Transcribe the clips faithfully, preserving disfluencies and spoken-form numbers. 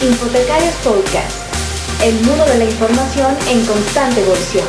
Infotecarios Podcast, el mundo de la información en constante evolución.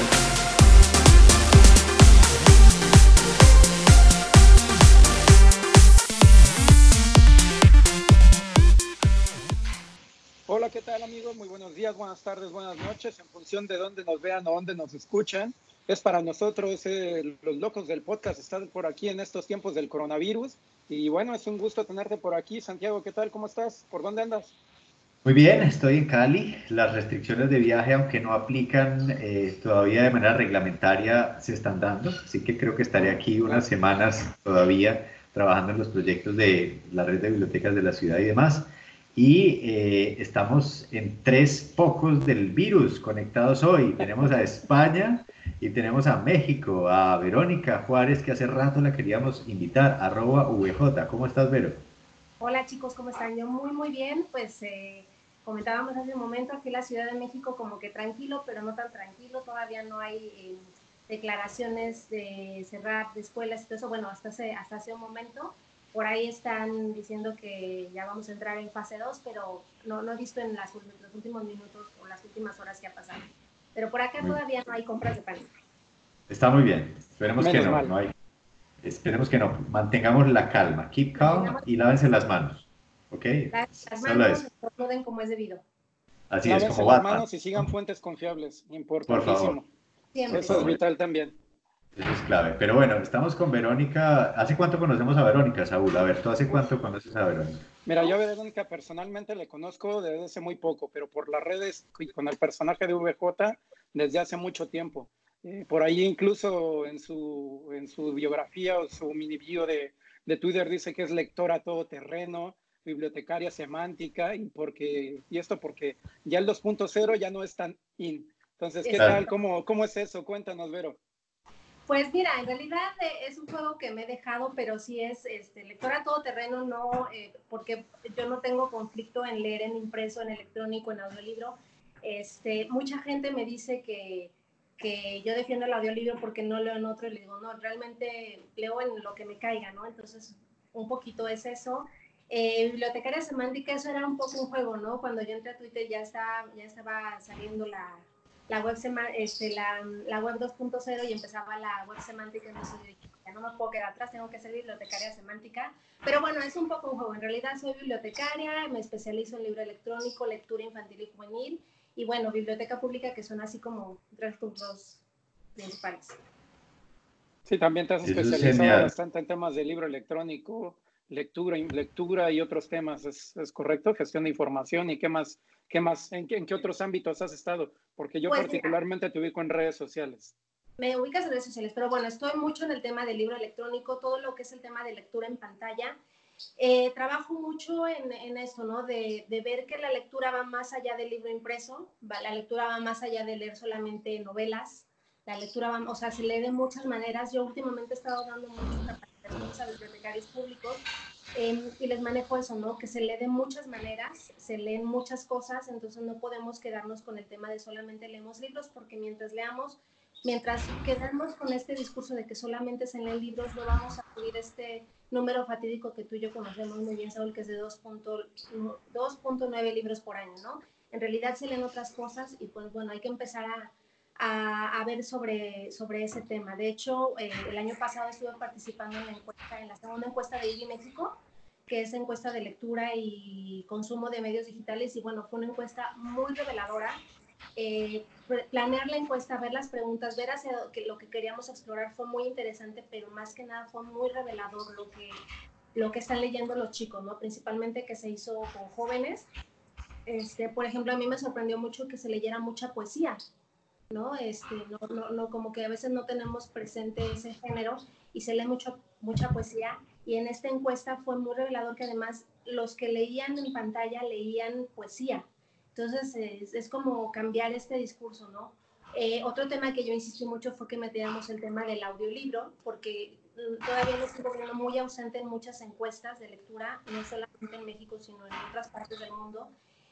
Hola, ¿qué tal amigos? Muy buenos días, buenas tardes, buenas noches, en función de dónde nos vean o dónde nos escuchan. Es para nosotros, eh, los locos del podcast, estar por aquí en estos tiempos del coronavirus. Y bueno, es un gusto tenerte por aquí. Santiago, ¿qué tal? ¿Cómo estás? ¿Por dónde andas? Muy bien, estoy en Cali. Las restricciones de viaje, aunque no aplican eh, todavía de manera reglamentaria, se están dando. Así que creo que estaré aquí unas Claro. semanas todavía trabajando en los proyectos de la red de bibliotecas de la ciudad y demás. Y eh, estamos en tres pocos del virus conectados hoy. Tenemos a España y tenemos a México, a Verónica Juárez, que hace rato la queríamos invitar, arroba V J. ¿Cómo estás, Vero? Hola chicos, ¿cómo están? Yo muy muy bien, pues eh, comentábamos hace un momento aquí en la Ciudad de México como que tranquilo, pero no tan tranquilo, todavía no hay eh, declaraciones de cerrar de escuelas y todo eso, bueno, hasta hace, hasta hace un momento, por ahí están diciendo que ya vamos a entrar en fase dos, pero no, no he visto en las, los últimos minutos o las últimas horas que ha pasado, pero por acá Muy- todavía no hay compras de pánico. Está muy bien. Esperemos que Menos no, mal. no hay. Esperemos que no. Mantengamos la calma. Keep calm Mantengamos y lávense las manos. ¿Ok? las Solo manos, eso. estornuden como es debido. Así es, Lávense como las Batman, manos y sigan ¿no? fuentes confiables. Por favor, Importantísimo. por Siempre, Eso es favor. siempre. vital también. Eso es clave. Pero bueno, estamos con Verónica. ¿Hace cuánto conocemos a Verónica, Saúl? A ver, ¿tú hace cuánto conoces a Verónica? Mira, yo a Verónica personalmente le conozco desde hace muy poco, pero por las redes y con el personaje de V J desde hace mucho tiempo. Eh, por ahí incluso en su, en su biografía o su mini bio de, de Twitter dice que es lectora todoterreno, bibliotecaria semántica, y, porque, y esto porque ya el dos punto cero ya no es tan in. Entonces, ¿qué tal? Claro. Exacto. ¿Cómo, cómo es eso? Cuéntanos, Vero. Pues mira, en realidad eh, es un juego que me he dejado, pero sí es este, lectora todoterreno, no, eh, porque yo no tengo conflicto en leer en impreso, en electrónico, en audiolibro. Este, mucha gente me dice que, que yo defiendo el audiolibro porque no leo en otro y le digo, no, realmente leo en lo que me caiga, ¿no? Entonces, un poquito es eso. Eh, bibliotecaria semántica, eso era un poco un juego, ¿no? Cuando yo entré a Twitter ya, está, ya estaba saliendo la la web, sema, este, la, la web dos punto cero y empezaba la web semántica, entonces yo dije, ya no me puedo quedar atrás, tengo que ser bibliotecaria semántica, pero bueno, es un poco un juego, en realidad soy bibliotecaria, me especializo en libro electrónico, lectura infantil y juvenil, y bueno, biblioteca pública, que son así como tres puntos principales. Sí, también te has Eso es especializado genial. bastante en temas de libro electrónico, lectura, lectura y otros temas. ¿Es, es correcto? Gestión de información y qué más, qué más, en qué, en qué otros ámbitos has estado? Porque yo Pues mira, particularmente te ubico en redes sociales. me ubicas en redes sociales, pero bueno, estoy mucho en el tema del libro electrónico, todo lo que es el tema de lectura en pantalla. Eh, trabajo mucho en, en esto, ¿no? De, de, ver que la lectura va más allá del libro impreso, va, la lectura va más allá de leer solamente novelas, la lectura va, o sea, se lee de muchas maneras. Yo últimamente he estado dando muchas capacitaciones a bibliotecarios públicos eh, y les manejo eso, ¿no? Que se lee de muchas maneras, se leen muchas cosas, entonces no podemos quedarnos con el tema de solamente leemos libros, porque mientras leamos, mientras quedamos con este discurso de que solamente se leen libros, no vamos a subir este número fatídico que tú y yo conocemos muy bien, Saúl, que es de dos punto nueve libros por año, ¿no? En realidad se leen otras cosas y pues bueno, hay que empezar a, a, a ver sobre, sobre ese tema. De hecho, eh, el año pasado estuve participando en la encuesta, en la segunda encuesta de I B I México, que es encuesta de lectura y consumo de medios digitales, y bueno, fue una encuesta muy reveladora. Eh, planear la encuesta, ver las preguntas, ver hacia que lo que queríamos explorar fue muy interesante, pero más que nada fue muy revelador lo que, lo que están leyendo los chicos, ¿no? Principalmente que se hizo con jóvenes. Este, por ejemplo, a mí me sorprendió mucho que se leyera mucha poesía, ¿no? Este, no, no, no, como que a veces no tenemos presente ese género y se lee mucho, mucha poesía, y en esta encuesta fue muy revelador que además los que leían en pantalla leían poesía. Entonces es, es como cambiar este discurso, ¿no? Eh, otro tema que yo insistí mucho fue que metiéramos el tema del audiolibro, porque todavía lo sigo viendo muy ausente en muchas encuestas de lectura, no solamente en México, sino en otras partes del mundo.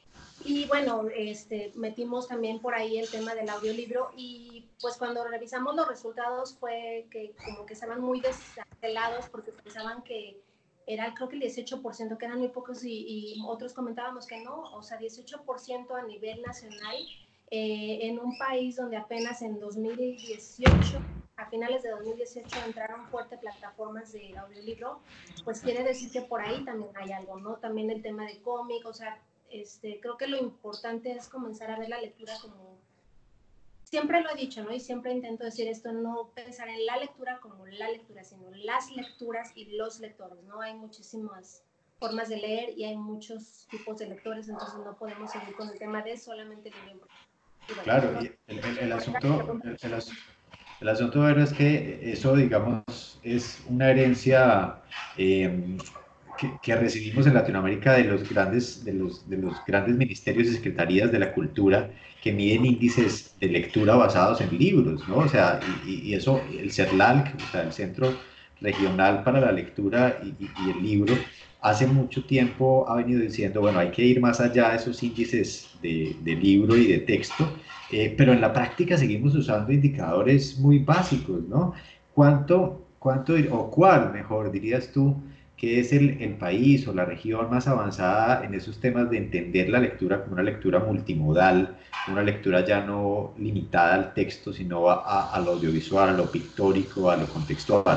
Y bueno, este, metimos también por ahí el tema del audiolibro, y pues cuando revisamos los resultados fue que como que estaban muy descalados porque pensaban que, era creo que el dieciocho por ciento, que eran muy pocos, y, y otros comentábamos que no, o sea, dieciocho por ciento a nivel nacional, eh, en un país donde apenas en dos mil dieciocho, a finales de dos mil dieciocho, entraron fuertes plataformas de audiolibro, pues quiere decir que por ahí también hay algo, ¿no? También el tema de cómic, o sea, este, creo que lo importante es comenzar a ver la lectura como... Siempre lo he dicho, ¿no? Y siempre intento decir esto, no pensar en la lectura como la lectura, sino las lecturas y los lectores, ¿no? Hay muchísimas formas de leer y hay muchos tipos de lectores, entonces no podemos seguir con el tema de solamente el libro. Y bueno, Claro, no, y el, el- el asunto, el, el as- el asunto Vero, es que eso, digamos, es una herencia eh, que, que recibimos en Latinoamérica de los grandes, de los, de los grandes ministerios y secretarías de la cultura que miden índices de lectura basados en libros, ¿no? O sea, y, y eso, el CERLALC, o sea, el Centro Regional para la Lectura y, y- y el Libro, hace mucho tiempo ha venido diciendo, bueno, hay que ir más allá de esos índices de, de libro y de texto, eh, pero en la práctica seguimos usando indicadores muy básicos, ¿no? ¿Cuánto, cuánto o cuál, mejor dirías tú, que es el, el país o la región más avanzada en esos temas de entender la lectura como una lectura multimodal, una lectura ya no limitada al texto, sino a, a, a lo audiovisual, a lo pictórico, a lo contextual?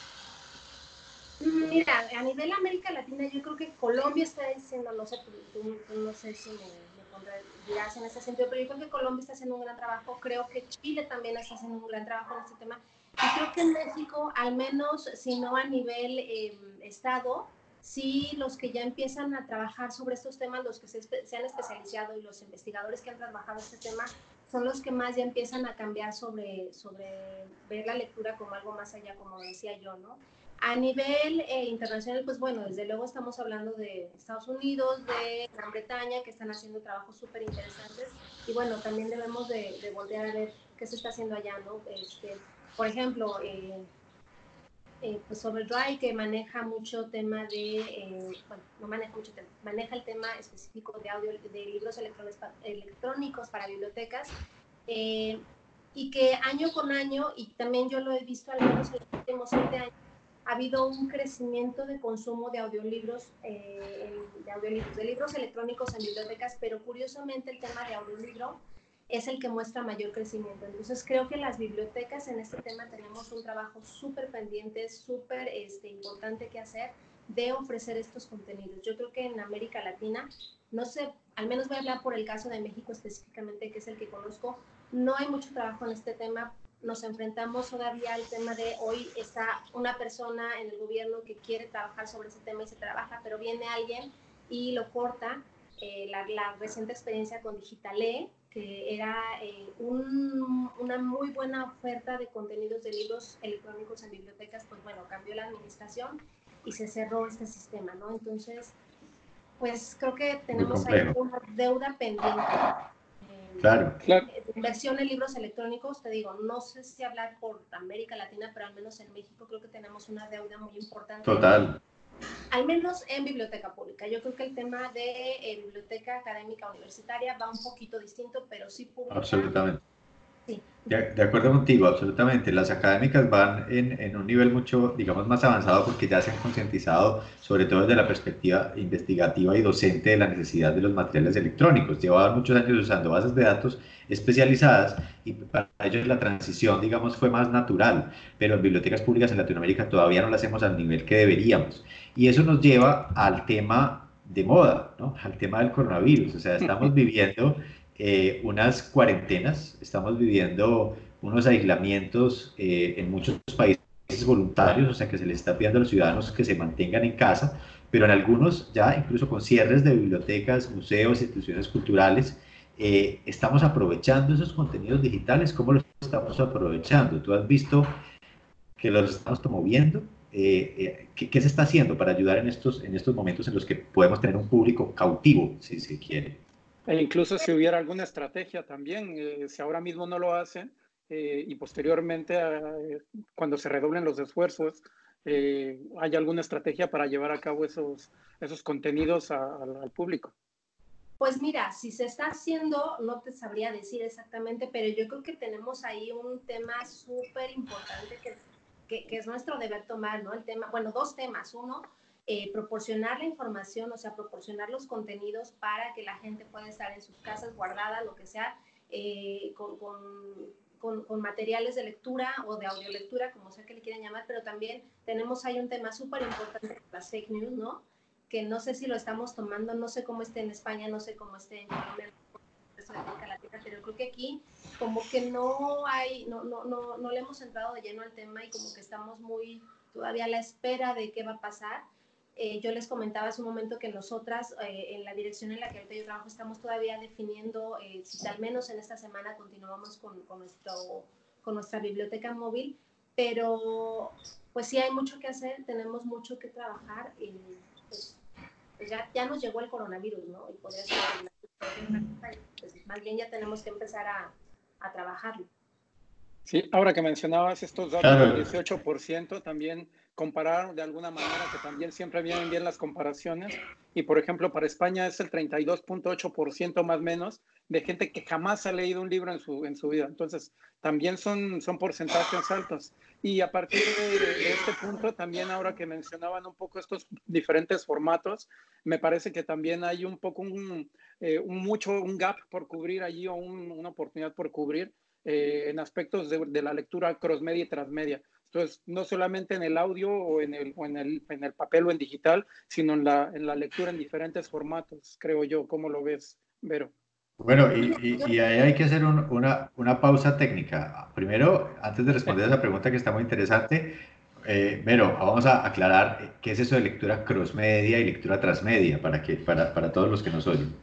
mira, a nivel América Latina, yo creo que Colombia está diciendo, no sé, tú, tú, tú no sé si me, me dirás en ese sentido, pero yo creo que Colombia está haciendo un gran trabajo, creo que Chile también está haciendo un gran trabajo en este tema, y creo que en México, al menos, si no a nivel eh, Estado, sí los que ya empiezan a trabajar sobre estos temas, los que se, se han especializado y los investigadores que han trabajado este tema, son los que más ya empiezan a cambiar sobre, sobre ver la lectura como algo más allá, como decía yo, ¿no? A nivel eh, internacional, pues bueno, desde luego estamos hablando de Estados Unidos, de Gran Bretaña, que están haciendo trabajos súper interesantes. Y bueno, también debemos de, de voltear a ver qué se está haciendo allá, ¿no? Este, por ejemplo, eh, eh, pues Overdrive, que maneja mucho tema de, eh, bueno, no maneja mucho tema, maneja el tema específico de audio, de libros electrónicos para bibliotecas, eh, y que año con año, y también yo lo he visto al menos en los últimos siete años, ha habido un crecimiento de consumo de audiolibros, eh, de audiolibros, de libros electrónicos en bibliotecas, pero curiosamente el tema de audiolibro es el que muestra mayor crecimiento. Entonces creo que las bibliotecas en este tema tenemos un trabajo súper pendiente, súper este, importante que hacer de ofrecer estos contenidos. Yo creo que en América Latina, no sé, al menos voy a hablar por el caso de México específicamente, que es el que conozco, no hay mucho trabajo en este tema. Nos enfrentamos todavía al tema de hoy está una persona en el gobierno que quiere trabajar sobre ese tema y se trabaja, pero viene alguien y lo corta. Eh, la, la reciente experiencia con Digitalee, que era eh, un, una muy buena oferta de contenidos de libros electrónicos en bibliotecas, pues bueno, cambió la administración y se cerró este sistema, ¿no? Entonces, pues creo que Muy tenemos ahí complejo. una deuda pendiente. Claro. Claro. Inversión en libros electrónicos, te digo, no sé si hablar por América Latina, pero al menos en México creo que tenemos una deuda muy importante. Total. Al menos en biblioteca pública. Yo creo que el tema de eh, biblioteca académica universitaria va un poquito distinto, pero sí pública. Absolutamente. Sí. De, de acuerdo contigo, absolutamente. Las académicas van en, en un nivel mucho, digamos, más avanzado porque ya se han concientizado, sobre todo desde la perspectiva investigativa y docente, de la necesidad de los materiales electrónicos. Llevaban muchos años usando bases de datos especializadas y para ellos la transición, digamos, fue más natural, pero en bibliotecas públicas en Latinoamérica todavía no la hacemos al nivel que deberíamos. Y eso nos lleva al tema de moda, ¿no? Al tema del coronavirus. O sea, estamos viviendo eh, unas cuarentenas, estamos viviendo unos aislamientos eh, en muchos países voluntarios, o sea que se les está pidiendo a los ciudadanos que se mantengan en casa, pero en algunos ya incluso con cierres de bibliotecas, museos, instituciones culturales, eh, estamos aprovechando esos contenidos digitales. ¿Cómo los estamos aprovechando? ¿Tú has visto que los estamos promoviendo? Eh, eh, ¿qué, ¿Qué se está haciendo para ayudar en estos, en estos momentos en los que podemos tener un público cautivo, si se quiere? E incluso si hubiera alguna estrategia también, eh, si ahora mismo no lo hacen eh, y posteriormente, eh, cuando se redoblen los esfuerzos, eh, hay alguna estrategia para llevar a cabo esos, esos contenidos a, a, al público. Pues mira, si se está haciendo, no te sabría decir exactamente, pero yo creo que tenemos ahí un tema súper importante que, que, que es nuestro deber tomar, ¿no? El tema, bueno, dos temas. Uno, eh, proporcionar la información, o sea, proporcionar los contenidos para que la gente pueda estar en sus casas guardada, lo que sea, eh, con, con, con, con materiales de lectura o de audiolectura, como sea que le quieran llamar, pero también tenemos ahí un tema súper importante, las fake news, ¿no? Que no sé si lo estamos tomando, no sé cómo esté en España, no sé cómo esté en Colombia, de América Latina, pero creo que aquí como que no hay, no, no, no, no le hemos entrado de lleno al tema y como que estamos muy todavía a la espera de qué va a pasar. Eh, yo les comentaba hace un momento que nosotras, eh, en la dirección en la que ahorita yo trabajo, estamos todavía definiendo eh, si al menos en esta semana continuamos con, con, nuestro, con nuestra biblioteca móvil, pero pues sí hay mucho que hacer, tenemos mucho que trabajar y pues, pues ya, ya nos llegó el coronavirus, ¿no? Y podría ser una cosa, pues más bien ya tenemos que empezar a, a trabajarlo. Sí, ahora que mencionabas estos datos Claro. del dieciocho por ciento, también comparar de alguna manera, que también siempre vienen bien las comparaciones, y por ejemplo para España es el treinta y dos punto ocho por ciento más o menos de gente que jamás ha leído un libro en su, en su vida. Entonces también son, son porcentajes altos. Y a partir de, de este punto, también ahora que mencionaban un poco estos diferentes formatos, me parece que también hay un poco un, eh, un mucho, un gap por cubrir allí, o un, una oportunidad por cubrir, Eh, en aspectos de, de la lectura cross-media y transmedia. Entonces, no solamente en el audio o en el, o en el, en el papel o en digital, sino en la, en la lectura en diferentes formatos, creo yo. ¿Cómo lo ves, Vero? Bueno, y, y, y ahí hay que hacer un, una, una pausa técnica. Primero, antes de responder a esa pregunta que está muy interesante, eh, Vero, vamos a aclarar qué es eso de lectura cross-media y lectura transmedia para, que, para, para todos los que nos oyen.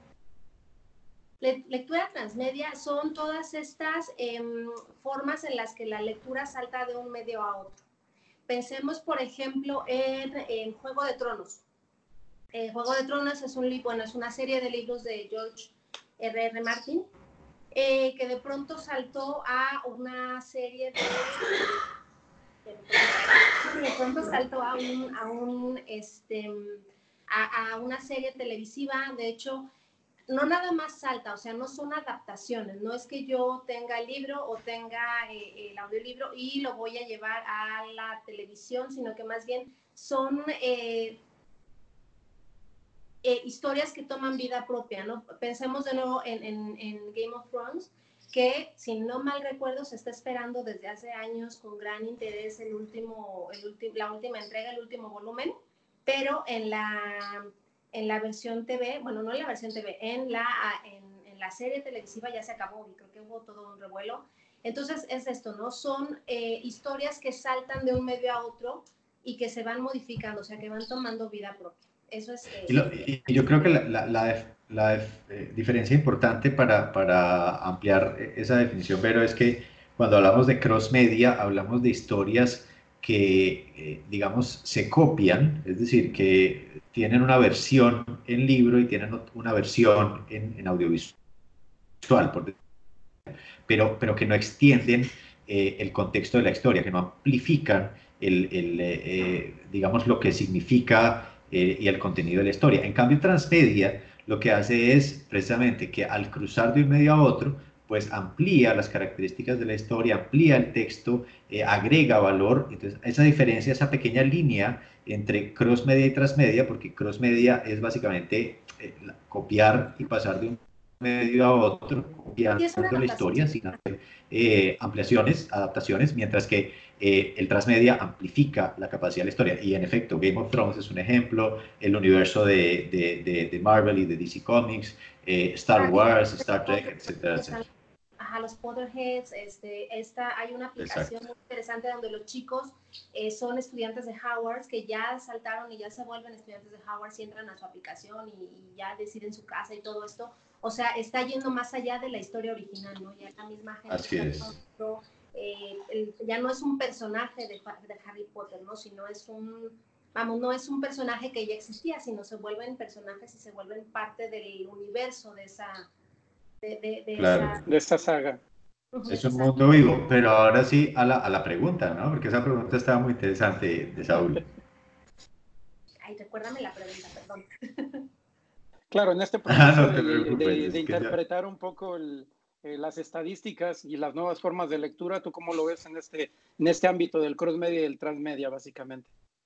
Lectura transmedia son todas estas eh, formas en las que la lectura salta de un medio a otro. Pensemos, por ejemplo, en, en Juego de Tronos. Eh, Juego de Tronos es, un, bueno, es una serie de libros de George R R. Martin, eh, que de pronto saltó a una serie de... de pronto saltó a, un, a, un, este, a, a una serie televisiva. De hecho, no nada más salta, o sea, no son adaptaciones, no es que yo tenga el libro o tenga eh, el audiolibro y lo voy a llevar a la televisión, sino que más bien son eh, eh, historias que toman vida propia, ¿no? Pensemos de nuevo en, en, en Game of Thrones, que si no mal recuerdo se está esperando desde hace años con gran interés el último, el ulti, la última entrega, el último volumen, pero en la... en la versión T V, bueno, no en la versión T V, en la, en, en la serie televisiva ya se acabó y creo que hubo todo un revuelo. Entonces es esto, ¿no? Son eh, historias que saltan de un medio a otro y que se van modificando, o sea, que van tomando vida propia. Eso es... Eh, y, lo, y, y yo creo que la, la, la, la eh, diferencia importante para, para ampliar esa definición, Vero, es que cuando hablamos de cross-media, hablamos de historias que, eh, digamos, se copian, es decir, que tienen una versión en libro y tienen una versión en, en audiovisual, por pero, pero que no extienden eh, el contexto de la historia, que no amplifican el, el eh, digamos, lo que significa eh, y el contenido de la historia. En cambio, transmedia lo que hace es precisamente que al cruzar de un medio a otro, pues amplía las características de la historia, amplía el texto, eh, agrega valor. Entonces, esa diferencia, esa pequeña línea entre cross-media y transmedia, porque cross-media es básicamente eh, copiar y pasar de un medio a otro, copiando la historia sin hacer eh, ampliaciones, adaptaciones, mientras que eh, el transmedia amplifica la capacidad de la historia. Y en efecto, Game of Thrones es un ejemplo, el universo de, de, de, de Marvel y de D C Comics, eh, Star Wars, Star Trek, etcétera, etcétera. Ajá, los Potterheads, este, esta, hay una aplicación Exacto. muy interesante donde los chicos eh, son estudiantes de Hogwarts que ya saltaron y ya se vuelven estudiantes de Hogwarts y entran a su aplicación y, y ya deciden su casa y todo esto. O sea, está yendo más allá de la historia original, ¿no? Ya la misma gente Así está es. tomando, eh, el, ya no es un personaje de, de Harry Potter, ¿no? Sino es un, vamos, no es un personaje que ya existía, sino se vuelven personajes y se vuelven parte del universo de esa... De, de, de, claro. esa, de esta saga. Es un mundo vivo, pero ahora sí a la, a la pregunta, ¿no? Porque esa pregunta estaba muy interesante de Saúl. Ay, recuérdame la pregunta, perdón. Claro, en este proceso Ah, no te de, preocupes, de, es de que interpretar ya... un poco el, eh, las estadísticas y las nuevas formas de lectura, ¿tú cómo lo ves en este, en este ámbito del cross-media y del transmedia, básicamente?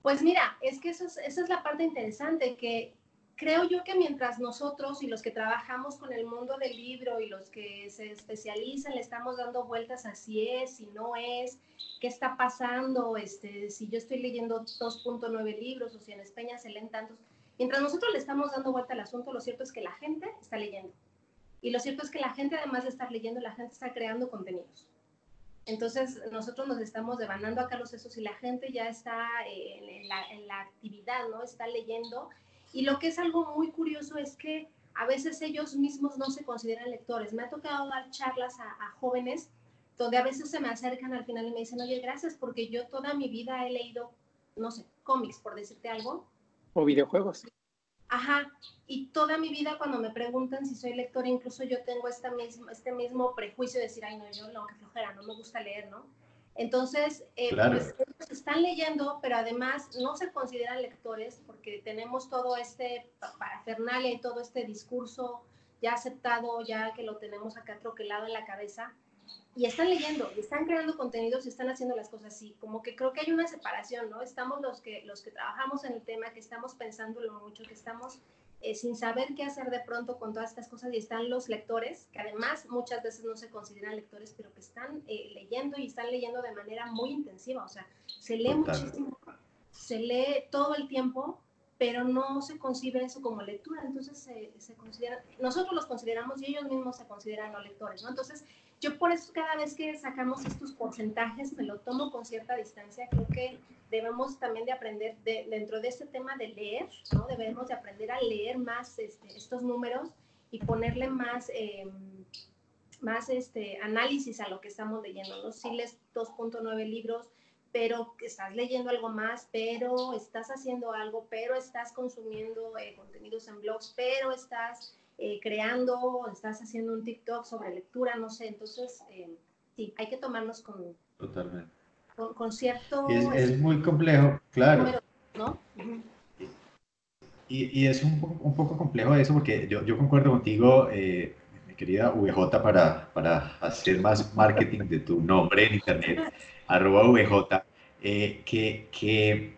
Pues mira, es que eso es, esa es la parte interesante, que creo yo que mientras nosotros y los que trabajamos con el mundo del libro y los que se especializan le estamos dando vueltas a si es, si no es, qué está pasando, este, si yo estoy leyendo dos punto nueve libros o si en España se leen tantos, mientras nosotros le estamos dando vuelta al asunto, lo cierto es que la gente está leyendo. Y lo cierto es que la gente, además de estar leyendo, la gente está creando contenidos. Entonces, nosotros nos estamos devanando acá los sesos y la gente ya está eh, en, la, en la actividad, ¿no? Está leyendo. Y lo que es algo muy curioso es que a veces ellos mismos no se consideran lectores. Me ha tocado dar charlas a, a jóvenes donde a veces se me acercan al final y me dicen, oye, gracias, porque yo toda mi vida he leído, no sé, cómics, por decirte algo. O videojuegos. Ajá, y toda mi vida cuando me preguntan si soy lectora, incluso yo tengo esta misma, este mismo prejuicio de decir, ay no, yo no, que flojera, no me gusta leer, ¿no? Entonces, eh, Claro. pues ellos están leyendo, pero además no se consideran lectores porque tenemos todo este parafernalia y todo este discurso ya aceptado, ya que lo tenemos acá troquelado en la cabeza, y están leyendo, y están creando contenidos y están haciendo las cosas así, como que creo que hay una separación, ¿no? Estamos los que, los que trabajamos en el tema, que estamos pensándolo mucho, que estamos eh, sin saber qué hacer de pronto con todas estas cosas, y están los lectores, que además muchas veces no se consideran lectores, pero que están eh, leyendo y están leyendo de manera muy intensiva, o sea, se lee Total. muchísimo, se lee todo el tiempo, pero no se concibe eso como lectura, entonces se, se considera, nosotros los consideramos y ellos mismos se consideran no lectores, ¿no? Entonces, yo por eso cada vez que sacamos estos porcentajes me lo tomo con cierta distancia. Creo que debemos también de aprender de, dentro de este tema de leer, ¿no? Debemos de aprender a leer más este, estos números y ponerle más, eh, más este, análisis a lo que estamos leyendo, ¿no? Si lees dos punto nueve libros, pero estás leyendo algo más, pero estás haciendo algo, pero estás consumiendo eh, contenidos en blogs, pero estás... Eh, creando, estás haciendo un TikTok sobre lectura, no sé, entonces eh, sí, hay que tomarnos con, Totalmente. con, con cierto Es, es este, muy complejo, claro. número, ¿no? Uh-huh. Y, y es un, un, poco complejo eso porque yo, yo concuerdo contigo, eh, mi querida V J, para, para hacer más marketing de tu nombre en internet, arroba V J, eh, que, que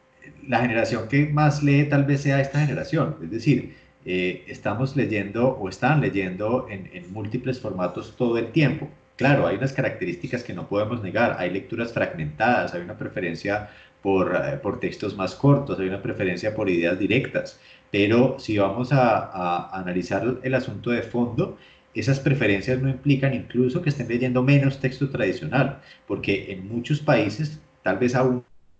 la generación que más lee tal vez sea esta generación. Es decir, eh, estamos leyendo o están leyendo en, en múltiples formatos todo el tiempo. Claro, hay unas características que no podemos negar. Hay lecturas fragmentadas, hay una preferencia por, eh, por textos más cortos, hay una preferencia por ideas directas. Pero si vamos a, a analizar el asunto de fondo, esas preferencias no implican incluso que estén leyendo menos texto tradicional, porque en muchos países, tal vez aún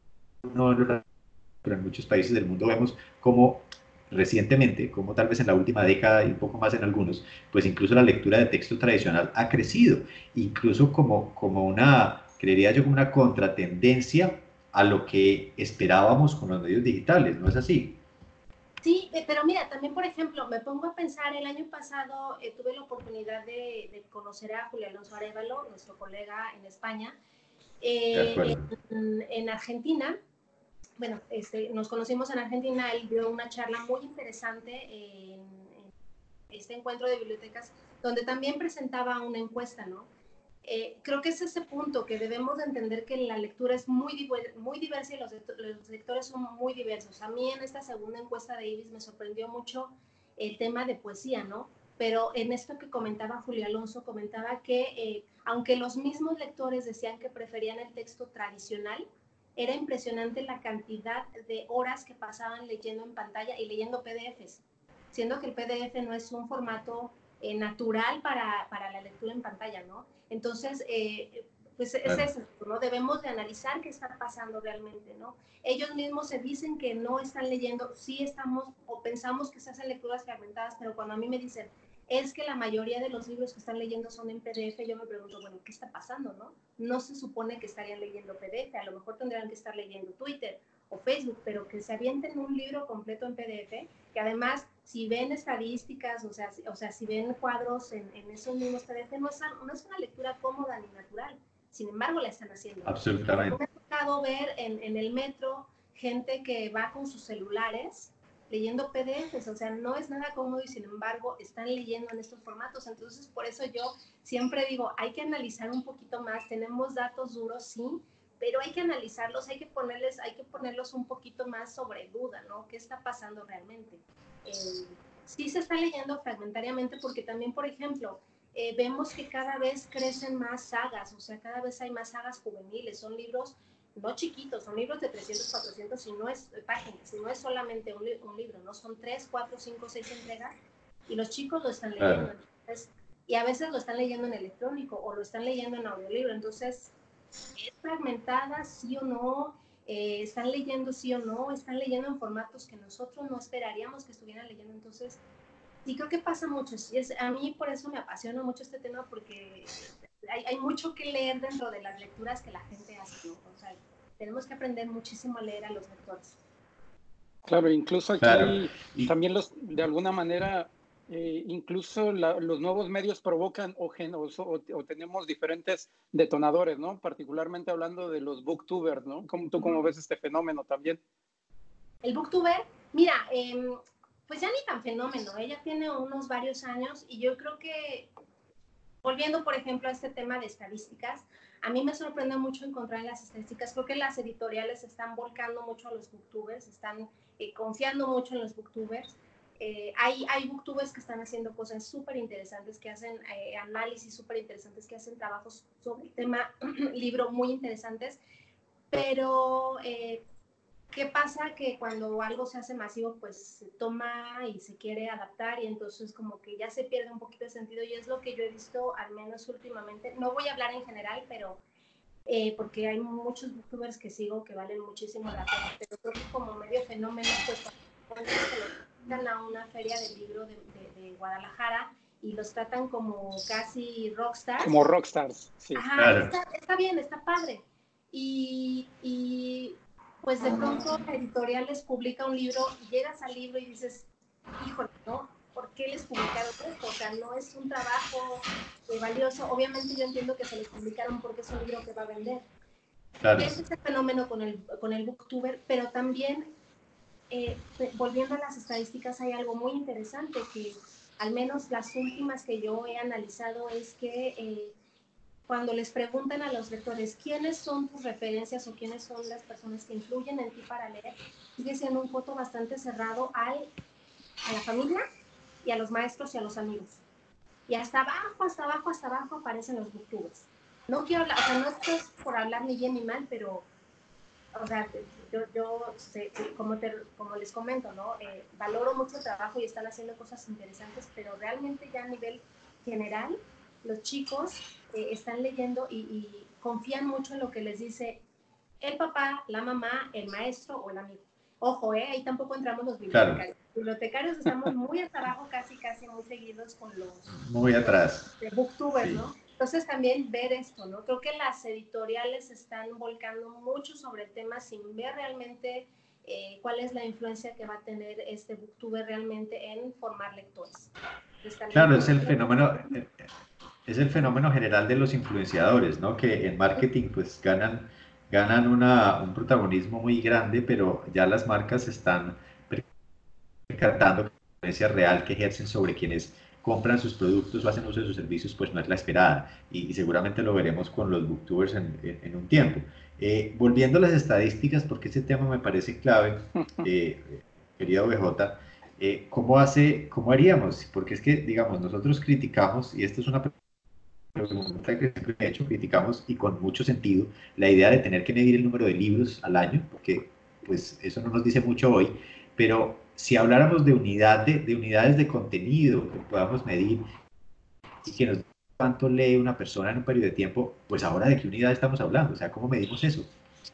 no, pero en muchos países del mundo vemos como recientemente, como tal vez en la última década y un poco más en algunos, pues incluso la lectura de texto tradicional ha crecido, incluso como, como una, creería yo, como una contratendencia a lo que esperábamos con los medios digitales, ¿no es así? Sí, eh, pero mira, también, por ejemplo, me pongo a pensar, el año pasado eh, tuve la oportunidad de, de conocer a Julio Alonso Arévalo, nuestro colega en España, De eh, acuerdo. en, en Argentina. Bueno, este, nos conocimos en Argentina, él dio una charla muy interesante en, en este encuentro de bibliotecas, donde también presentaba una encuesta, ¿no? Eh, creo que es ese punto que debemos de entender que la lectura es muy, muy diversa y los, los lectores son muy diversos. A mí en esta segunda encuesta de IBIS me sorprendió mucho el tema de poesía, ¿no? Pero en esto que comentaba Julio Alonso, comentaba que eh, aunque los mismos lectores decían que preferían el texto tradicional, era impresionante la cantidad de horas que pasaban leyendo en pantalla y leyendo P D Efes, siendo que el P D F no es un formato eh, natural para, para la lectura en pantalla, ¿no? Entonces, eh, pues es Claro. eso, ¿no? Debemos de analizar qué está pasando realmente, ¿no? Ellos mismos se dicen que no están leyendo, sí estamos o pensamos que se hacen lecturas fragmentadas, pero cuando a mí me dicen, es que la mayoría de los libros que están leyendo son en P D F, yo me pregunto, bueno, ¿qué está pasando, no? No se supone que estarían leyendo P D F, a lo mejor tendrían que estar leyendo Twitter o Facebook, pero que se avienten un libro completo en P D F, que además, si ven estadísticas, o sea, si, o sea, si ven cuadros en, en esos mismos P D F, no es, no es una lectura cómoda ni natural, sin embargo la están haciendo. Absolutamente. Me ha tocado ver en, en el metro gente que va con sus celulares leyendo P D Efes, o sea, no es nada cómodo y sin embargo están leyendo en estos formatos. Entonces, por eso yo siempre digo, hay que analizar un poquito más, tenemos datos duros, sí, pero hay que analizarlos, hay que ponerles, hay que ponerlos un poquito más sobre duda, ¿no? ¿Qué está pasando realmente? Eh, sí se está leyendo fragmentariamente porque también, por ejemplo, eh, vemos que cada vez crecen más sagas, o sea, cada vez hay más sagas juveniles, son libros no chiquitos, son libros de trescientas, cuatrocientas y no es, páginas, y no es solamente un, li un libro, ¿no? Son tres, cuatro, cinco, seis entregas y los chicos lo están leyendo. Claro. Entonces, y a veces lo están leyendo en electrónico o lo están leyendo en audiolibro, entonces, ¿es fragmentada, sí o no? Eh, ¿Están leyendo sí o no? ¿Están leyendo en formatos que nosotros no esperaríamos que estuvieran leyendo? Entonces, sí creo que pasa mucho. Es, a mí por eso me apasiona mucho este tema porque hay, hay mucho que leer dentro de las lecturas que la gente hace, ¿no? O sea, tenemos que aprender muchísimo a leer a los lectores. Claro, incluso aquí Claro. Y, también los, de alguna manera, eh, incluso la, los nuevos medios provocan o, gen, o, o, o tenemos diferentes detonadores, ¿no? Particularmente hablando de los booktubers, ¿no? ¿Cómo, ¿Tú cómo ves este fenómeno también? El booktuber, mira, eh, pues ya ni tan fenómeno, ella tiene unos varios años y yo creo que, volviendo por ejemplo a este tema de estadísticas, a mí me sorprende mucho encontrar en las estadísticas, creo que las editoriales están volcando mucho a los booktubers, están eh, confiando mucho en los booktubers. Eh, hay, hay booktubers que están haciendo cosas súper interesantes, que hacen eh, análisis súper interesantes, que hacen trabajos sobre el tema libro muy interesantes, pero eh, ¿qué pasa? Que cuando algo se hace masivo, pues se toma y se quiere adaptar y entonces como que ya se pierde un poquito de sentido y es lo que yo he visto, al menos últimamente. No voy a hablar en general, pero eh, porque hay muchos booktubers que sigo que valen muchísimo la pena, pero creo que como medio fenómeno, pues cuando se lo tratan a una feria del libro de, de, de Guadalajara y los tratan como casi rockstars. Como rockstars, sí. Ajá, claro. está, está bien, está padre. Y... y pues de pronto la editorial les publica un libro y llegas al libro y dices, híjole, ¿no? ¿Por qué les publicaron esto? O sea, no es un trabajo eh, valioso. Obviamente yo entiendo que se les publicaron porque es un libro que va a vender. Claro. Ese es el fenómeno con el, con el booktuber, pero también, eh, volviendo a las estadísticas, hay algo muy interesante que al menos las últimas que yo he analizado es que eh, cuando les preguntan a los lectores quiénes son tus referencias o quiénes son las personas que influyen en ti para leer, sigue siendo un voto bastante cerrado al, a la familia y a los maestros y a los amigos. Y hasta abajo, hasta abajo, hasta abajo aparecen los booktubers. No quiero hablar, o sea, no es por hablar ni bien ni mal, pero, o sea, yo, yo sé, como, te, como les comento, ¿no? Eh, valoro mucho el trabajo y están haciendo cosas interesantes, pero realmente ya a nivel general, los chicos eh, están leyendo y, y confían mucho en lo que les dice el papá, la mamá, el maestro o el amigo. Ojo, ¿eh? Ahí tampoco entramos los bibliotecarios. Claro. Los bibliotecarios estamos muy hasta abajo, casi, casi muy seguidos con los... Muy atrás. De booktubers, Sí. ¿no? Entonces también ver esto, ¿no? Creo que las editoriales están volcando mucho sobre el tema sin ver realmente eh, cuál es la influencia que va a tener este booktuber realmente en formar lectores. Claro, es el fenómeno, es el fenómeno general de los influenciadores, ¿no? Que en marketing pues ganan, ganan una, un protagonismo muy grande, pero ya las marcas están percatando que la influencia real que ejercen sobre quienes compran sus productos o hacen uso de sus servicios, pues no es la esperada. Y, y seguramente lo veremos con los booktubers en, en, en un tiempo. Eh, volviendo a las estadísticas, porque ese tema me parece clave, eh, querido B J, eh, ¿cómo, hace, ¿cómo haríamos? Porque es que, digamos, nosotros criticamos, y esto es una pregunta que siempre he hecho, criticamos, y con mucho sentido, la idea de tener que medir el número de libros al año, porque pues eso no nos dice mucho hoy, pero si habláramos de, unidad de, de unidades de contenido que podamos medir y que nos diga cuánto lee una persona en un periodo de tiempo, pues ahora de qué unidad estamos hablando, o sea, ¿cómo medimos eso?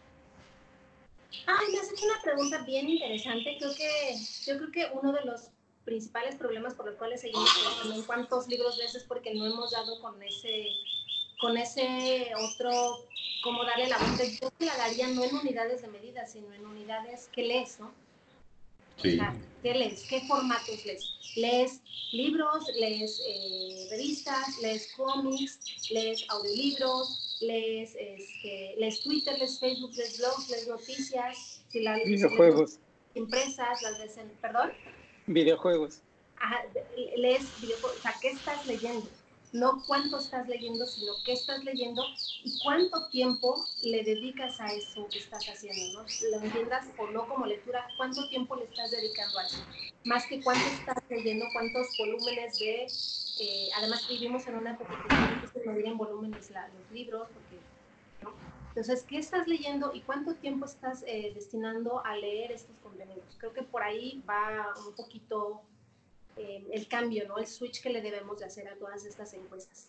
Ay, me has hecho una pregunta bien interesante. Creo que, yo creo que uno de los principales problemas por los cuales seguimos pensando en cuántos libros lees es porque no hemos dado con ese, con ese otro, como darle la vuelta. Yo que la daría no en unidades de medida, sino en unidades que lees, ¿no? Sí. O sea, ¿qué lees? ¿Qué formatos lees? ¿Lees libros? ¿Lees eh, revistas? ¿Lees cómics? ¿Lees audiolibros? ¿Lees, este, lees Twitter? ¿Lees Facebook? ¿Lees blogs? ¿Lees noticias? Si la, Videojuegos. Si lees impresas, las ves en... ¿Perdón? Videojuegos. Ajá, lees videojuegos. O sea, ¿qué estás leyendo? no cuánto estás leyendo, sino qué estás leyendo y cuánto tiempo le dedicas a eso que estás haciendo, ¿no? Lo entiendas o no como lectura, cuánto tiempo le estás dedicando a eso. Más que cuánto estás leyendo, cuántos volúmenes de... Eh, además vivimos en una época que es difícil medir en volúmenes la, los libros, porque, ¿no? Entonces, ¿qué estás leyendo y cuánto tiempo estás eh, destinando a leer estos contenidos? Creo que por ahí va un poquito eh, el cambio, ¿no? El switch que le debemos de hacer a todas estas encuestas.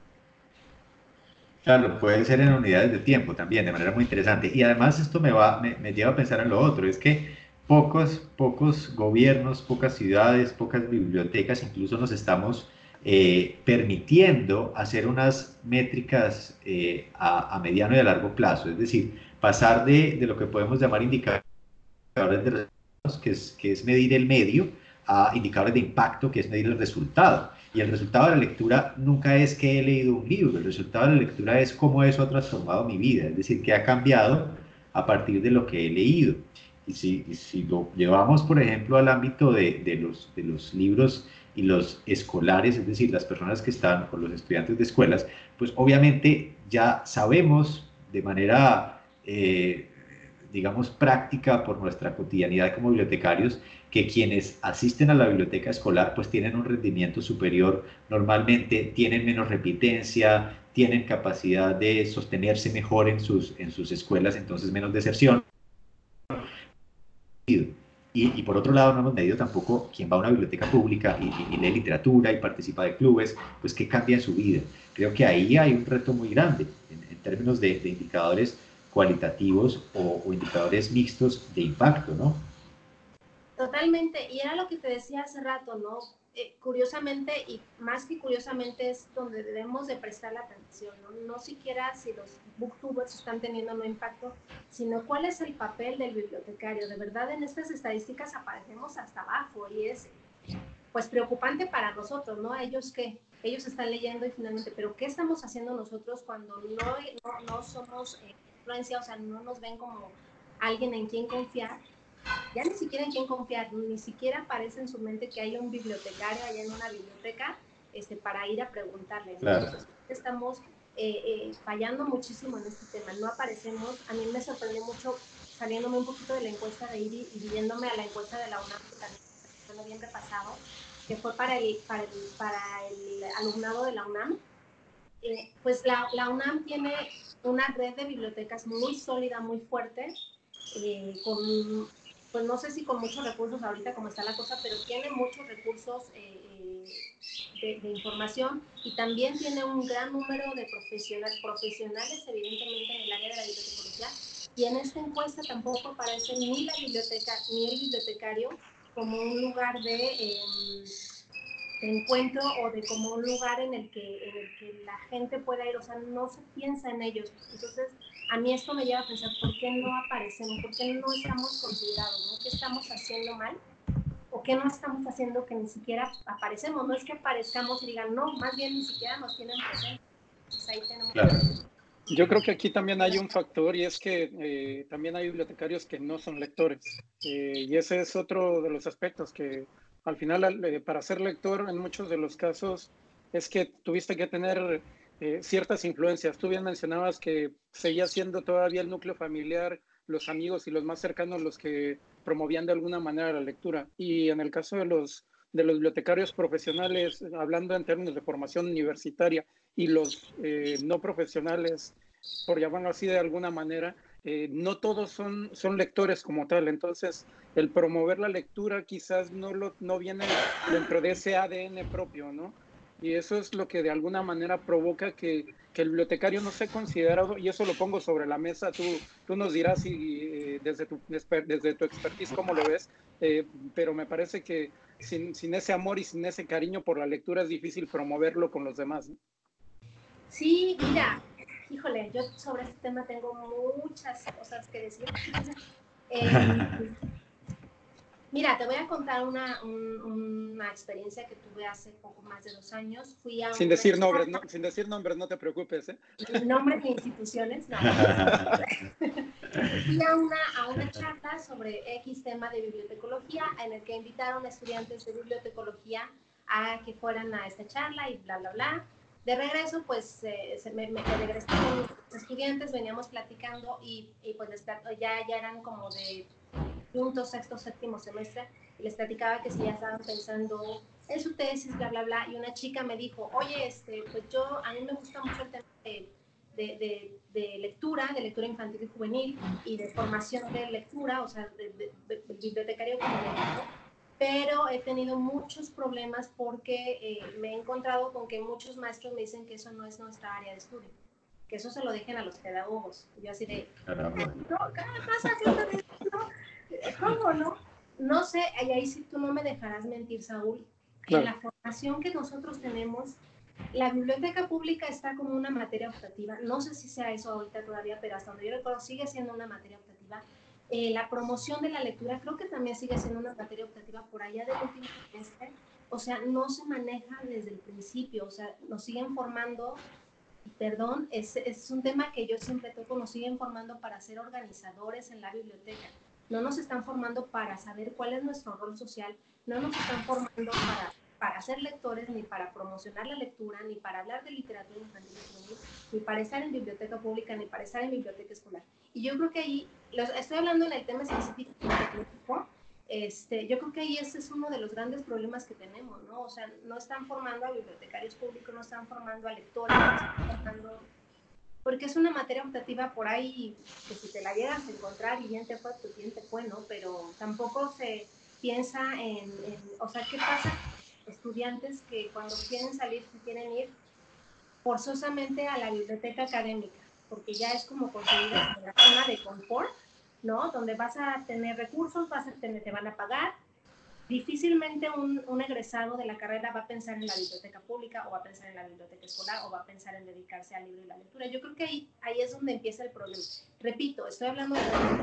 Claro, puede ser en unidades de tiempo también, de manera muy interesante. Y además esto me, va, me, me lleva a pensar en lo otro, es que pocos, pocos gobiernos, pocas ciudades, pocas bibliotecas, incluso nos estamos eh, permitiendo hacer unas métricas eh, a, a mediano y a largo plazo, es decir, pasar de, de lo que podemos llamar indicadores de resultados, que es, que es medir el medio, a indicadores de impacto, que es medir el resultado. Y el resultado de la lectura nunca es que he leído un libro, el resultado de la lectura es cómo eso ha transformado mi vida, es decir, que ha cambiado a partir de lo que he leído. Y si, y si lo llevamos, por ejemplo, al ámbito de, de, los, de los libros y los escolares, es decir, las personas que están, o los estudiantes de escuelas, pues obviamente ya sabemos de manera, eh, digamos, práctica por nuestra cotidianidad como bibliotecarios, que quienes asisten a la biblioteca escolar pues tienen un rendimiento superior, normalmente tienen menos repitencia, tienen capacidad de sostenerse mejor en sus, en sus escuelas, entonces menos deserción. Y, y por otro lado no hemos medido tampoco quien va a una biblioteca pública y, y, y lee literatura y participa de clubes, pues qué cambia en su vida. Creo que ahí hay un reto muy grande en, en términos de, de indicadores cualitativos o, o indicadores mixtos de impacto, ¿no? Totalmente, y era lo que te decía hace rato, ¿no? Eh, curiosamente, y más que curiosamente, es donde debemos de prestar la atención, ¿no? No siquiera si los booktubers están teniendo un impacto, sino cuál es el papel del bibliotecario. De verdad, en estas estadísticas aparecemos hasta abajo y es, pues, preocupante para nosotros, ¿no? Ellos que ellos están leyendo y finalmente, pero ¿qué estamos haciendo nosotros cuando no, no, no somos eh, influencia, o sea, no nos ven como alguien en quien confiar? Ya ni siquiera en quién confiar, ni siquiera aparece en su mente que hay un bibliotecario allá en una biblioteca este, para ir a preguntarle, ¿no? Claro. Entonces, estamos eh, eh, fallando muchísimo en este tema, no aparecemos. A mí me sorprendió mucho, saliéndome un poquito de la encuesta de IRI y viéndome a la encuesta de la UNAM, que también fue en noviembre pasado, que fue para el, para el, para el alumnado de la UNAM. Eh, pues la, la UNAM tiene una red de bibliotecas muy sólida, muy fuerte, eh, con... pues no sé si con muchos recursos ahorita como está la cosa, pero tiene muchos recursos eh, de, de información y también tiene un gran número de profesional, profesionales evidentemente en el área de la bibliotecología, y en esta encuesta tampoco aparece ni la biblioteca ni el bibliotecario como un lugar de, eh, de encuentro o de como un lugar en el, que, en el que la gente pueda ir, o sea, no se piensa en ellos. Entonces, a mí esto me lleva a pensar, ¿por qué no aparecemos? ¿Por qué no estamos considerados? ¿No? ¿Qué estamos haciendo mal? ¿O qué no estamos haciendo que ni siquiera aparecemos? No es que aparezcamos y digan, no, más bien ni siquiera nos tienen presente. Entonces, ahí tenemos Claro. que... Yo creo que aquí también hay un factor y es que eh, también hay bibliotecarios que no son lectores. Eh, y ese es otro de los aspectos que al final, eh, para ser lector, en muchos de los casos, es que tuviste que tener eh, ciertas influencias. Tú bien mencionabas que seguía siendo todavía el núcleo familiar, los amigos y los más cercanos los que promovían de alguna manera la lectura. Y en el caso de los, de los bibliotecarios profesionales, hablando en términos de formación universitaria, y los eh, no profesionales, por llamarlo así de alguna manera, eh, no todos son, son lectores como tal. Entonces, el promover la lectura quizás no, lo, no viene dentro de ese A D N propio, ¿no? Y eso es lo que de alguna manera provoca que, que el bibliotecario no sea considerado, y eso lo pongo sobre la mesa. Tú, tú nos dirás si, eh, desde, tu, desde tu expertise cómo lo ves, eh, pero me parece que sin, sin ese amor y sin ese cariño por la lectura es difícil promoverlo con los demás, ¿no? Sí, mira, híjole, yo sobre este tema tengo muchas cosas que decir. Eh, mira, te voy a contar una, un, una experiencia que tuve hace poco más de dos años. Fui a sin una decir charla, nombres, no, sin decir nombres, no te preocupes, ¿eh? Nombres de instituciones, no. Fui a una, a una charla sobre X tema de bibliotecología, en el que invitaron a estudiantes de bibliotecología a que fueran a esta charla y bla, bla, bla. De regreso, pues eh, se me, me regresé con mis estudiantes, veníamos platicando y, y pues les, ya, ya eran como de quinto, sexto, séptimo semestre, y les platicaba que si ya estaban pensando en su tesis, bla, bla, bla, y una chica me dijo, oye, este, pues yo, a mí me gusta mucho el tema de, de, de, de lectura, de lectura infantil y juvenil, y de formación de lectura, o sea, de, de, de, de bibliotecario juvenil, pero he tenido muchos problemas porque eh, me he encontrado con que muchos maestros me dicen que eso no es nuestra área de estudio, que eso se lo dejen a los pedagogos. Y yo así de, Caramba. no, ¿qué pasa? ¿Qué estás diciendo? ¿Cómo no? No sé, y ahí sí tú no me dejarás mentir, Saúl. Claro. En la formación que nosotros tenemos, la biblioteca pública está como una materia optativa. No sé si sea eso ahorita todavía, pero hasta donde yo recuerdo sigue siendo una materia optativa. Eh, la promoción de la lectura creo que también sigue siendo una materia optativa por allá del último semestre. O sea, no se maneja desde el principio. O sea, nos siguen formando, perdón, es, es un tema que yo siempre toco, nos siguen formando para ser organizadores en la biblioteca. No nos están formando para saber cuál es nuestro rol social, no nos están formando para, para ser lectores, ni para promocionar la lectura, ni para hablar de literatura infantil y juvenil, ni para estar en biblioteca pública, ni para estar en biblioteca escolar. Y yo creo que ahí, los, estoy hablando en el tema específico tecnológico, este, yo creo que ahí ese es uno de los grandes problemas que tenemos, ¿no? O sea, no están formando a bibliotecarios públicos, no están formando a lectores, no están formando... Porque es una materia optativa por ahí que si te la llegas a encontrar y bien te fue, pues bien te fue, ¿no? Pero tampoco se piensa en, en o sea, ¿qué pasa con estudiantes que cuando quieren salir, se quieren ir forzosamente a la biblioteca académica? Porque ya es como conseguida la zona de confort, ¿no? Donde vas a tener recursos, vas a tener, te van a pagar. Difícilmente un, un egresado de la carrera va a pensar en la biblioteca pública o va a pensar en la biblioteca escolar o va a pensar en dedicarse al libro y la lectura. Yo creo que ahí, ahí es donde empieza el problema. Repito, estoy hablando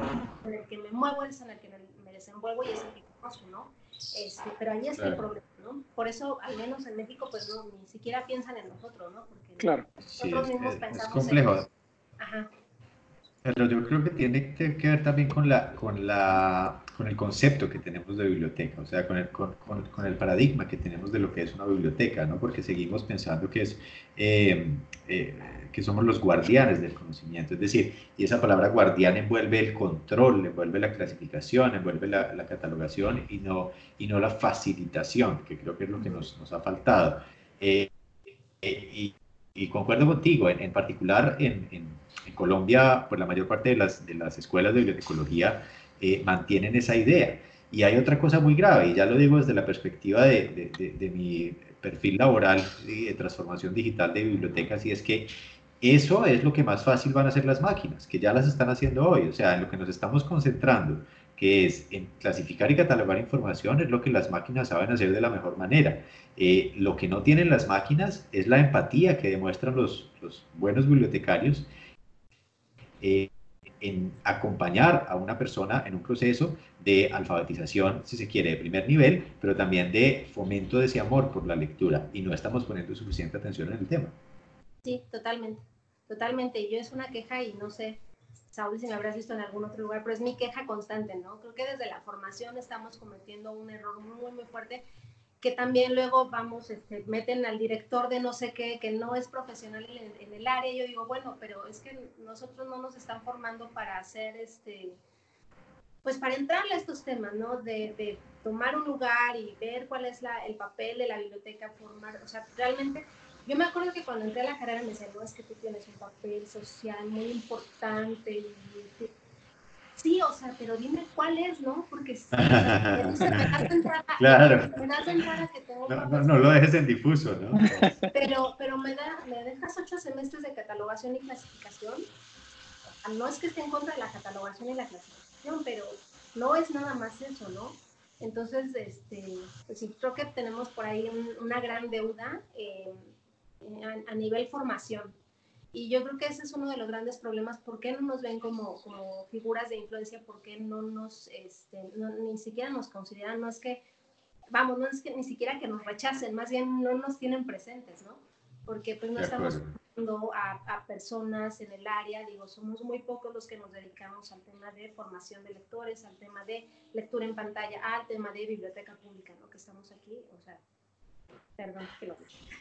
de en el que me muevo, es en el que me desenvuelvo y es el que conozco, ¿no? Este, pero ahí está claro. El problema, ¿no? Por eso, al menos en México, pues no, ni siquiera piensan en nosotros, ¿no? Porque claro. nosotros sí, mismos es, pensamos es complejo. en... Ajá. Pero yo creo que tiene que ver también con, la, con, la, con el concepto que tenemos de biblioteca, o sea, con el, con, con, con el paradigma que tenemos de lo que es una biblioteca, ¿no? Porque seguimos pensando que, es, eh, eh, que somos los guardianes del conocimiento, es decir, y esa palabra guardián envuelve el control, envuelve la clasificación, envuelve la, la catalogación y no, y no la facilitación, que creo que es lo que nos, nos ha faltado. Eh, eh, y, y concuerdo contigo, en, en particular en, en, en, Colombia, pues la mayor parte de las, de las escuelas de bibliotecología eh, mantienen esa idea. Y hay otra cosa muy grave, y ya lo digo desde la perspectiva de, de, de, de mi perfil laboral y de transformación digital de bibliotecas, y es que eso es lo que más fácil van a hacer las máquinas, que ya las están haciendo hoy. O sea, en lo que nos estamos concentrando, que es en clasificar y catalogar información, es lo que las máquinas saben hacer de la mejor manera. Eh, lo que no tienen las máquinas es la empatía que demuestran los, los buenos bibliotecarios eh, en acompañar a una persona en un proceso de alfabetización, si se quiere, de primer nivel, pero también de fomento de ese amor por la lectura, y no estamos poniendo suficiente atención en el tema. Sí, totalmente, totalmente. Y yo es una queja y no sé, Saúl, si me habrás visto en algún otro lugar, pero es mi queja constante, ¿no? Creo que desde la formación estamos cometiendo un error muy, muy fuerte, que también luego vamos, este, meten al director de no sé qué, que no es profesional en, en el área, y yo digo, bueno, pero es que nosotros no nos están formando para hacer, este, pues para entrarle a estos temas, ¿no? De, de tomar un lugar y ver cuál es la, el papel de la biblioteca, formar, o sea, realmente... Yo me acuerdo que cuando entré a la carrera me decían, no, es que tú tienes un papel social muy importante. Y, y, sí, o sea, pero dime cuál es, ¿no? Porque sí, o sea, me dices, me das de entrada, claro. me das de entrada que tengo un no, papel no, no lo dejes en difuso, ¿no? Pero, pero me, da, me dejas ocho semestres de catalogación y clasificación. No es que esté en contra de la catalogación y la clasificación, pero no es nada más eso, ¿no? Entonces, este, pues sí, creo que tenemos por ahí un, una gran deuda eh, a, a nivel formación. Y yo creo que ese es uno de los grandes problemas. ¿Por qué no nos ven como, como figuras de influencia? ¿Por qué no nos, este, no, ni siquiera nos consideran? No es que, vamos, no es que ni siquiera que nos rechacen, más bien no nos tienen presentes, ¿no? Porque pues no estamos formando a, a personas en el área, digo, somos muy pocos los que nos dedicamos al tema de formación de lectores, al tema de lectura en pantalla, al tema de biblioteca pública, ¿no? Que estamos aquí, o sea, perdón que lo diga.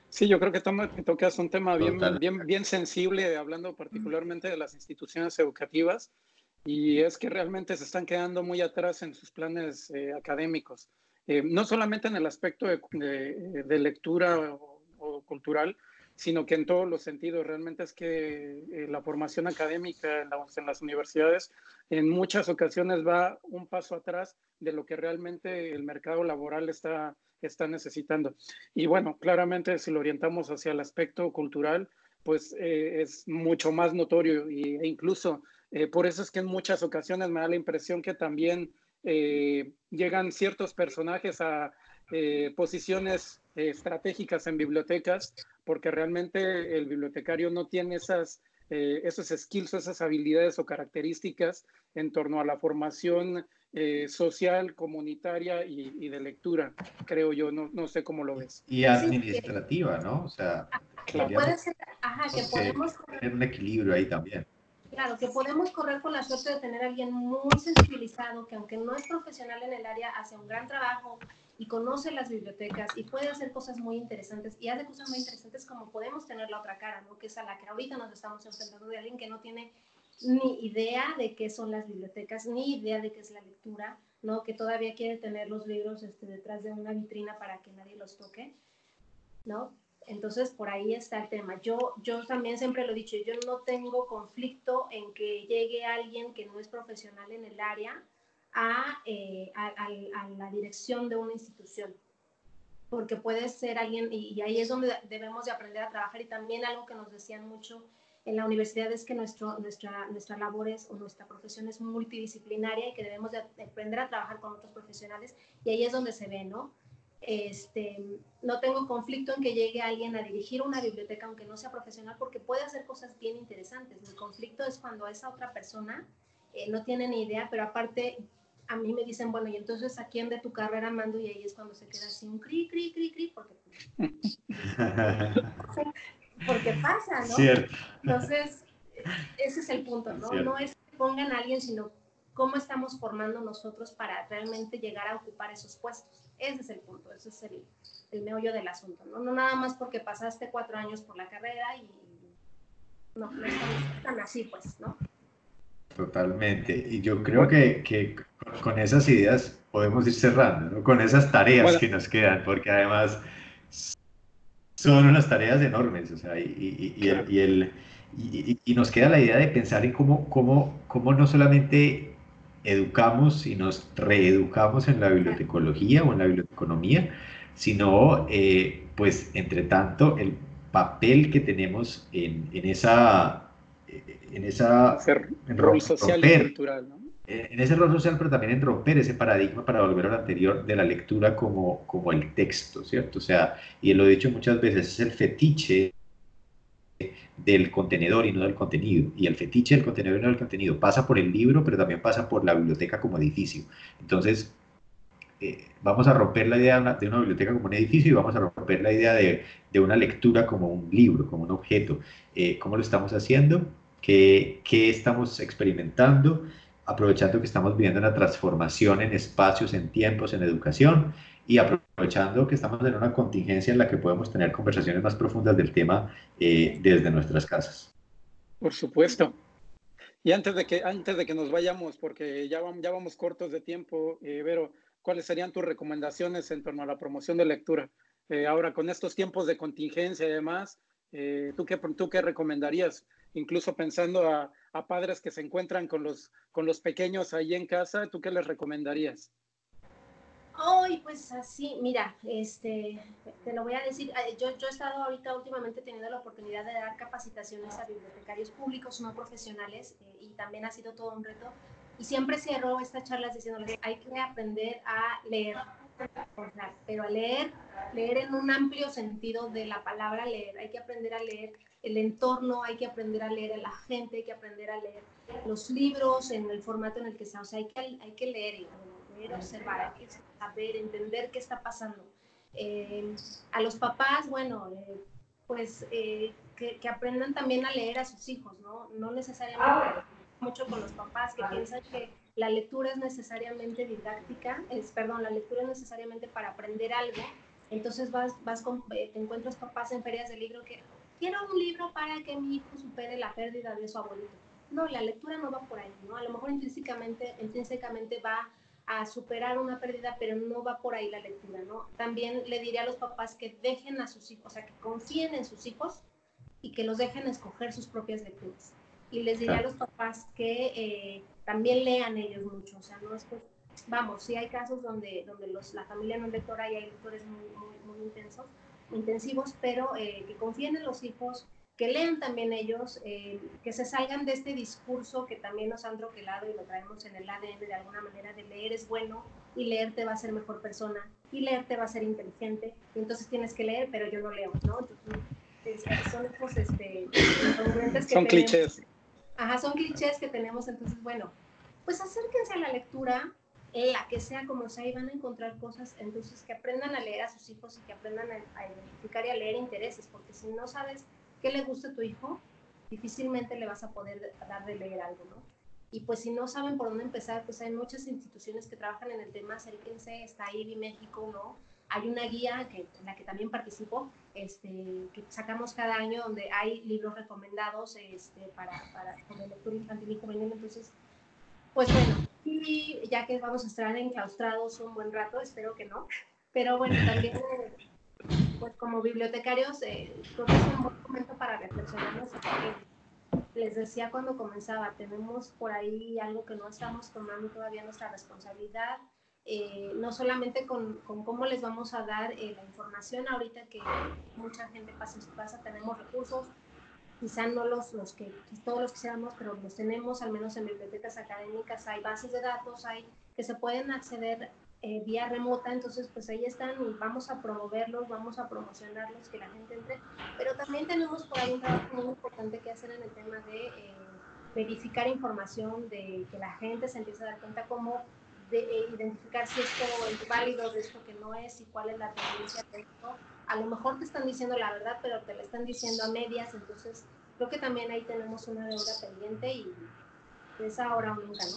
Sí, yo creo que, toma, que tocas un tema bien, Total. bien, bien sensible, hablando particularmente de las instituciones educativas, y es que realmente se están quedando muy atrás en sus planes eh, académicos. Eh, no solamente en el aspecto de, de, de lectura o, o cultural, sino que en todos los sentidos. Realmente es que eh, la formación académica en, la, en las universidades en muchas ocasiones va un paso atrás de lo que realmente el mercado laboral está, está necesitando. Y bueno, claramente si lo orientamos hacia el aspecto cultural, pues eh, es mucho más notorio y, e incluso eh, por eso es que en muchas ocasiones me da la impresión que también eh, llegan ciertos personajes a eh, posiciones eh, estratégicas en bibliotecas, porque realmente el bibliotecario no tiene esas, eh, esos skills o esas habilidades o características en torno a la formación eh, social, comunitaria y, y, de lectura, creo yo. No, no sé cómo lo ves. Y Sí, administrativa, ¿no? O sea, que tendríamos puede ser, ajá, que que podemos tener un equilibrio ahí también. Claro, que podemos correr con la suerte de tener a alguien muy sensibilizado, que aunque no es profesional en el área, hace un gran trabajo y conoce las bibliotecas y puede hacer cosas muy interesantes, y hace cosas muy interesantes como podemos tener la otra cara, ¿no? Que es a la que ahorita nos estamos enfrentando, de alguien que no tiene ni idea de qué son las bibliotecas, ni idea de qué es la lectura, ¿no? Que todavía quiere tener los libros este, detrás de una vitrina para que nadie los toque, ¿no? Entonces, por ahí está el tema. Yo, yo también siempre lo he dicho, yo no tengo conflicto en que llegue alguien que no es profesional en el área a, eh, a, a, a la dirección de una institución, porque puede ser alguien, y, y ahí es donde debemos de aprender a trabajar, y también algo que nos decían mucho en la universidad es que nuestro, nuestra, nuestra labor es, o nuestra profesión es multidisciplinaria y que debemos de aprender a trabajar con otros profesionales, y ahí es donde se ve, ¿no? Este, no tengo conflicto en que llegue alguien a dirigir una biblioteca aunque no sea profesional, porque puede hacer cosas bien interesantes. Mi conflicto es cuando esa otra persona eh, no tiene ni idea, pero aparte a mí me dicen, bueno, y entonces ¿a quién de tu carrera mando? Y ahí es cuando se queda así un cri, cri, cri, cri, porque, porque pasa, ¿no? Cierto. Entonces, ese es el punto, ¿no? Cierto. No es que pongan a alguien, sino cómo estamos formando nosotros para realmente llegar a ocupar esos puestos. Ese es el punto, ese es el, el meollo del asunto, ¿no? No nada más porque pasaste cuatro años por la carrera y no, no estamos tan así, pues, ¿no? Totalmente. Y yo creo que, que con esas ideas podemos ir cerrando, ¿no? Con esas tareas Bueno, que nos quedan, porque además son unas tareas enormes, o sea, y, y, y claro. el, y, el, y, y nos queda la idea de pensar en cómo, cómo, cómo no solamente educamos y nos reeducamos en la bibliotecología o en la biblioteconomía, sino, eh, pues, entre tanto, el papel que tenemos en, en esa, en esa, Ser en rol social y romper, cultural, ¿no? en ese rol social, pero también en romper ese paradigma para volver a lo anterior de la lectura como, como el texto, ¿cierto? O sea, y lo he dicho muchas veces, es el fetiche del contenedor y no del contenido. Y el fetiche del contenedor y no del contenido pasa por el libro, pero también pasa por la biblioteca como edificio. Entonces, eh, vamos a romper la idea de una, de una biblioteca como un edificio y vamos a romper la idea de, de una lectura como un libro, como un objeto. Eh, ¿Cómo lo estamos haciendo? ¿Qué, ¿Qué estamos experimentando? Aprovechando que estamos viviendo una transformación en espacios, en tiempos, en educación, y aprovechando que estamos en una contingencia en la que podemos tener conversaciones más profundas del tema eh, desde nuestras casas. Por supuesto. Y antes de que, antes de que nos vayamos, porque ya vamos, ya vamos cortos de tiempo, eh, Vero, ¿cuáles serían tus recomendaciones en torno a la promoción de lectura? Eh, ahora, con estos tiempos de contingencia y demás, eh, ¿tú, qué, ¿tú qué recomendarías? Incluso pensando a, a padres que se encuentran con los, con los pequeños ahí en casa, ¿tú qué les recomendarías? Ay, pues así, mira, este, te lo voy a decir, yo, yo he estado ahorita últimamente teniendo la oportunidad de dar capacitaciones a bibliotecarios públicos no profesionales eh, y también ha sido todo un reto, y siempre cierro estas charlas diciéndoles, hay que aprender a leer, o sea, pero a leer, leer en un amplio sentido de la palabra leer, hay que aprender a leer el entorno, hay que aprender a leer a la gente, hay que aprender a leer los libros en el formato en el que sea, o sea, hay que, hay que leer, leer, observar, hay que saber, entender qué está pasando. Eh, a los papás, bueno, eh, pues eh, que, que aprendan también a leer a sus hijos, ¿no? No necesariamente mucho con los papás que piensan que la lectura es necesariamente didáctica, es, perdón, la lectura es necesariamente para aprender algo, Entonces vas, vas con, te encuentras papás en ferias de libro que quiero un libro para que mi hijo supere la pérdida de su abuelito. No, la lectura no va por ahí, ¿no? A lo mejor intrínsecamente, intrínsecamente va a superar una pérdida, pero no va por ahí la lectura, ¿no? También le diría a los papás que dejen a sus hijos, o sea, que confíen en sus hijos y que los dejen escoger sus propias lecturas. Y les diría a los papás que eh, también lean ellos mucho, o sea, no es pues, vamos, sí hay casos donde, donde los, la familia no es lectora y hay lectores muy, muy, muy intensos, intensivos, pero eh, que confíen en los hijos, que lean también ellos, eh, que se salgan de este discurso que también nos han troquelado y lo traemos en el A D N de alguna manera, de leer es bueno y leer te va a hacer mejor persona y leer te va a hacer inteligente, y entonces tienes que leer, pero yo no leo, ¿no? Entonces, son estos este, incongruentes que son tenemos. clichés. Ajá, son clichés que tenemos, entonces, bueno, pues acérquense a la lectura, la que sea como sea, y van a encontrar cosas, entonces que aprendan a leer a sus hijos y que aprendan a, a identificar y a leer intereses, porque si no sabes qué le gusta a tu hijo, difícilmente le vas a poder dar de leer algo, ¿no? Y pues si no saben por dónde empezar, pues hay muchas instituciones que trabajan en el tema, acérquense, está I B I México, ¿no? Hay una guía que, en la que también participo, este, que sacamos cada año, donde hay libros recomendados este, para, para, para lectura infantil y juvenil, entonces, pues bueno, y ya que vamos a estar enclaustrados un buen rato, espero que no, pero bueno, también, pues como bibliotecarios, eh, creo que es un buen momento para reflexionar, ¿no? Les decía cuando comenzaba, tenemos por ahí algo que no estamos tomando todavía nuestra responsabilidad, eh, no solamente con, con cómo les vamos a dar eh, la información ahorita que mucha gente pasa en su casa, tenemos recursos, quizá no los, los que todos los quisiéramos, pero los tenemos, al menos en bibliotecas académicas hay bases de datos, hay que se pueden acceder eh, vía remota, entonces pues ahí están y vamos a promoverlos, vamos a promocionarlos, que la gente entre, pero también tenemos por ahí un trabajo muy importante que hacer en el tema de eh, verificar información, de que la gente se empiece a dar cuenta cómo de, eh, identificar si esto es válido, de esto que no es y cuál es la tendencia de esto. A lo mejor te están diciendo la verdad, pero te la están diciendo a medias, entonces creo que también ahí tenemos una deuda pendiente y es ahora o nunca,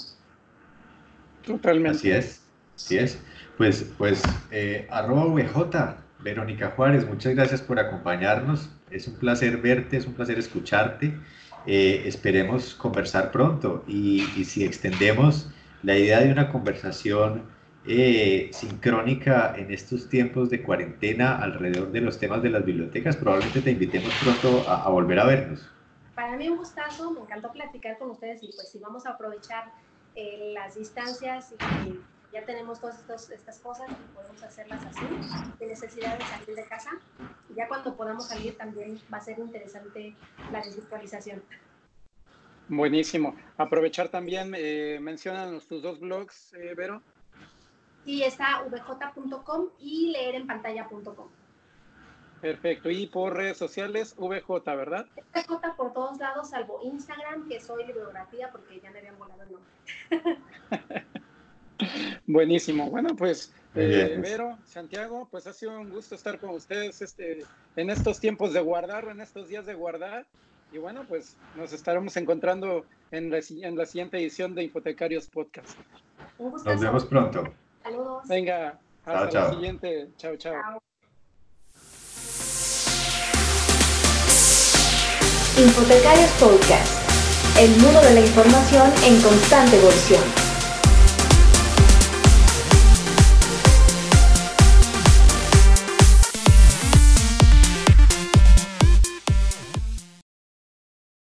¿no? Totalmente. Así es, así es. Pues, pues eh, arroba V J, Verónica Juárez, muchas gracias por acompañarnos. Es un placer verte, es un placer escucharte. Eh, esperemos conversar pronto y, y si extendemos la idea de una conversación eh, sincrónica en estos tiempos de cuarentena alrededor de los temas de las bibliotecas, probablemente te invitemos pronto a, a volver a vernos. Para mí un gustazo, me encantó platicar con ustedes y pues si vamos a aprovechar eh, las distancias y ya tenemos todas estos, estas cosas y podemos hacerlas así, sin necesidad de salir de casa. Y ya cuando podamos salir también va a ser interesante la desvirtualización. Buenísimo. Aprovechar también, eh, mencionan tus dos blogs, eh, Vero. Sí, está v j punto com y leer en pantalla punto com. Perfecto. Y por redes sociales, V J, ¿verdad? V J por todos lados, salvo Instagram, que soy bibliografía, porque ya me habían volado el nombre. Buenísimo. Bueno, pues, eh, Vero, Santiago, pues ha sido un gusto estar con ustedes este, en estos tiempos de guardar, en estos días de guardar. Y bueno, pues nos estaremos encontrando en la, en la siguiente edición de Infotecarios Podcast. Un gustazo. Nos vemos pronto. Saludos. Venga, hasta chao, la chao. siguiente. Chao, chao. Chao. Infotecarios Podcast, el mundo de la información en constante evolución.